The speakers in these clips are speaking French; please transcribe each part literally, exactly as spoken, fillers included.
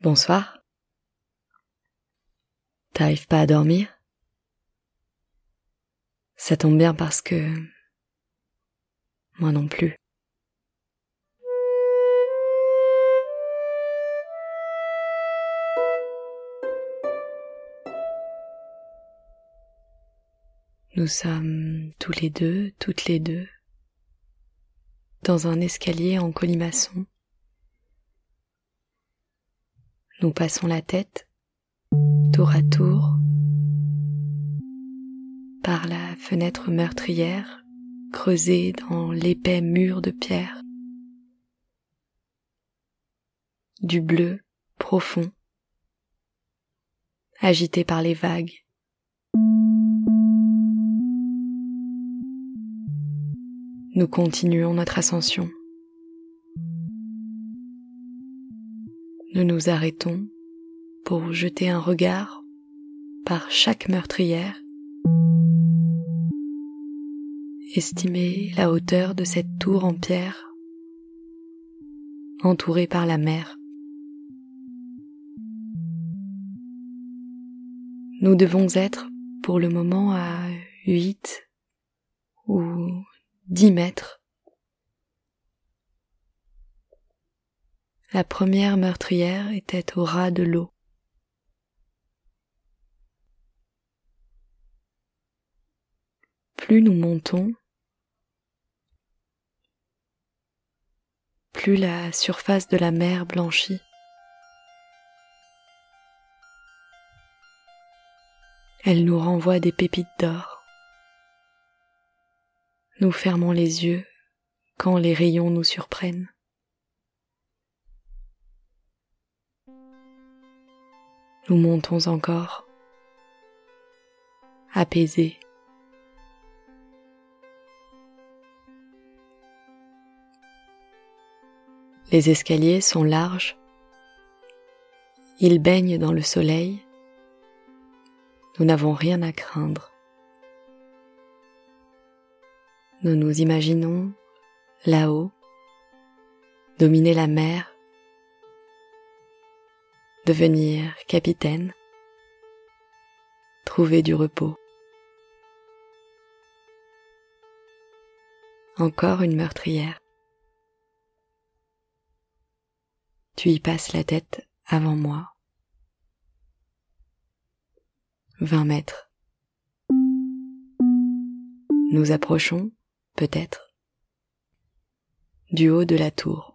Bonsoir. T'arrives pas à dormir? Ça tombe bien parce que... moi non plus. Nous sommes tous les deux, toutes les deux, dans un escalier en colimaçon. Nous passons la tête, tour à tour, par la fenêtre meurtrière creusée dans l'épais mur de pierre. Du bleu profond, agité par les vagues. Nous continuons notre ascension. Nous nous arrêtons pour jeter un regard par chaque meurtrière, estimer la hauteur de cette tour en pierre, entourée par la mer. Nous devons être pour le moment à huit ou dix mètres. La première meurtrière était au ras de l'eau. Plus nous montons, plus la surface de la mer blanchit. Elle nous renvoie des pépites d'or. Nous fermons les yeux quand les rayons nous surprennent. Nous montons encore, apaisés. Les escaliers sont larges, ils baignent dans le soleil, nous n'avons rien à craindre. Nous nous imaginons là-haut, dominer la mer, devenir capitaine, trouver du repos. Encore une meurtrière. Tu y passes la tête avant moi. Vingt mètres. Nous approchons, peut-être, du haut de la tour.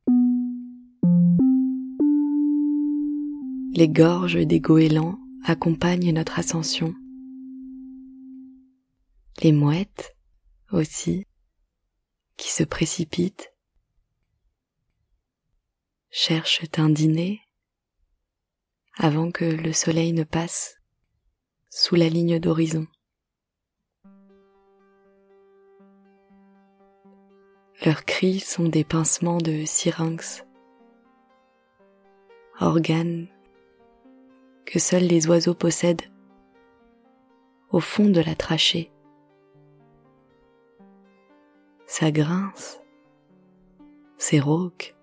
Les gorges des goélands accompagnent notre ascension. Les mouettes, aussi, qui se précipitent, cherchent un dîner avant que le soleil ne passe sous la ligne d'horizon. Leurs cris sont des pincements de syrinx, organes que seuls les oiseaux possèdent au fond de la trachée. Ça grince, c'est rauque.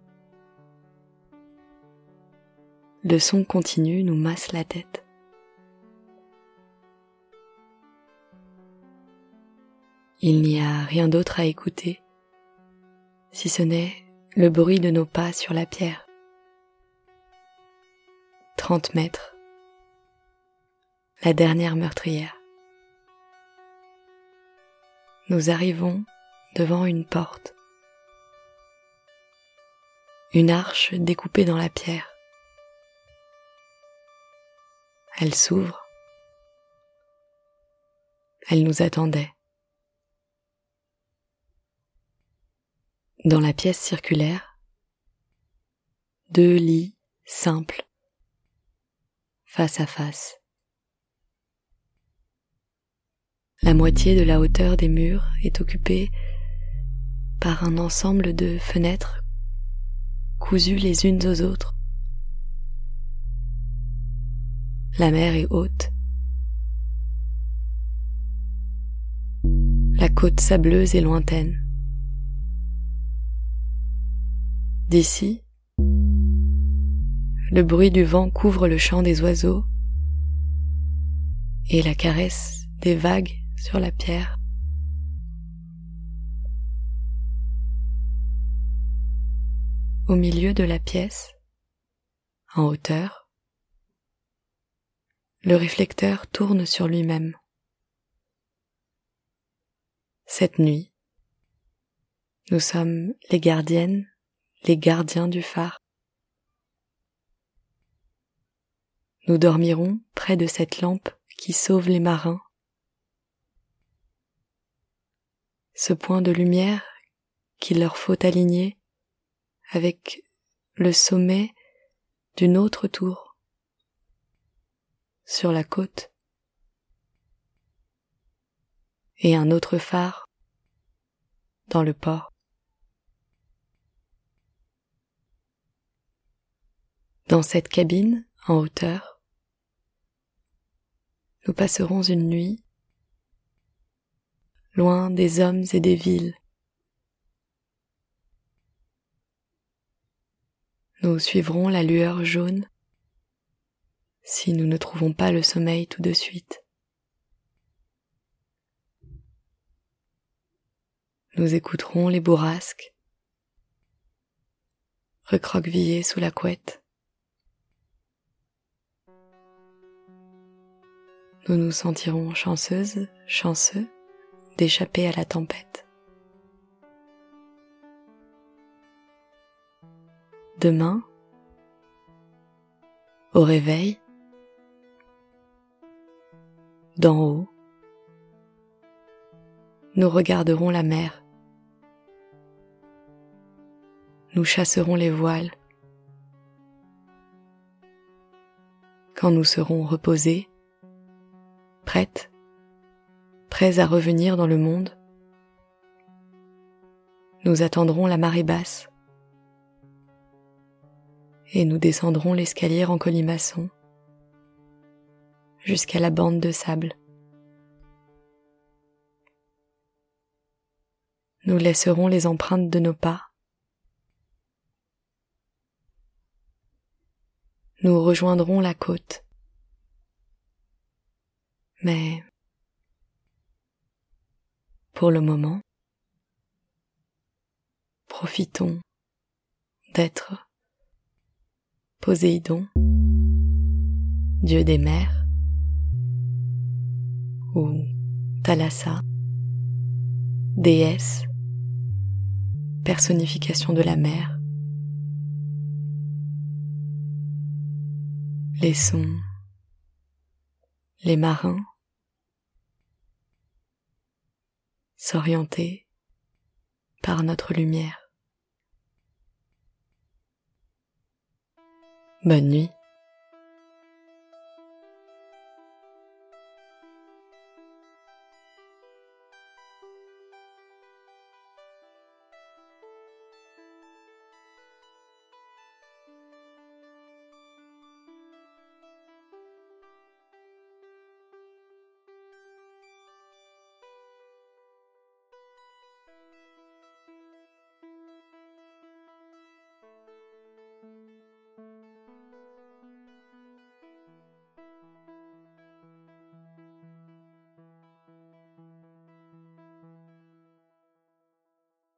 Le son continu nous masse la tête. Il n'y a rien d'autre à écouter, si ce n'est le bruit de nos pas sur la pierre. Trente mètres. La dernière meurtrière. Nous arrivons devant une porte. Une arche découpée dans la pierre. Elle s'ouvre. Elle nous attendait. Dans la pièce circulaire, deux lits simples, face à face. La moitié de la hauteur des murs est occupée par un ensemble de fenêtres cousues les unes aux autres. La mer est haute. La côte sableuse est lointaine. D'ici, le bruit du vent couvre le chant des oiseaux et la caresse des vagues sur la pierre. Au milieu de la pièce, en hauteur, le réflecteur tourne sur lui-même. Cette nuit, nous sommes les gardiennes, les gardiens du phare. Nous dormirons près de cette lampe qui sauve les marins. Ce point de lumière qu'il leur faut aligner avec le sommet d'une autre tour sur la côte et un autre phare dans le port. Dans cette cabine en hauteur, nous passerons une nuit loin des hommes et des villes. Nous suivrons la lueur jaune si nous ne trouvons pas le sommeil tout de suite. Nous écouterons les bourrasques recroquevillées sous la couette. Nous nous sentirons chanceuses, chanceux d'échapper à la tempête. Demain, au réveil, d'en haut, nous regarderons la mer. Nous chasserons les voiles. Quand nous serons reposés, prêtes, prêts à revenir dans le monde, nous attendrons la marée basse et nous descendrons l'escalier en colimaçon jusqu'à la bande de sable. Nous laisserons les empreintes de nos pas. Nous rejoindrons la côte. Mais pour le moment, profitons d'être Poséidon, dieu des mers, ou Thalassa, déesse, personnification de la mer. Laissons les marins s'orienter par notre lumière. Bonne nuit.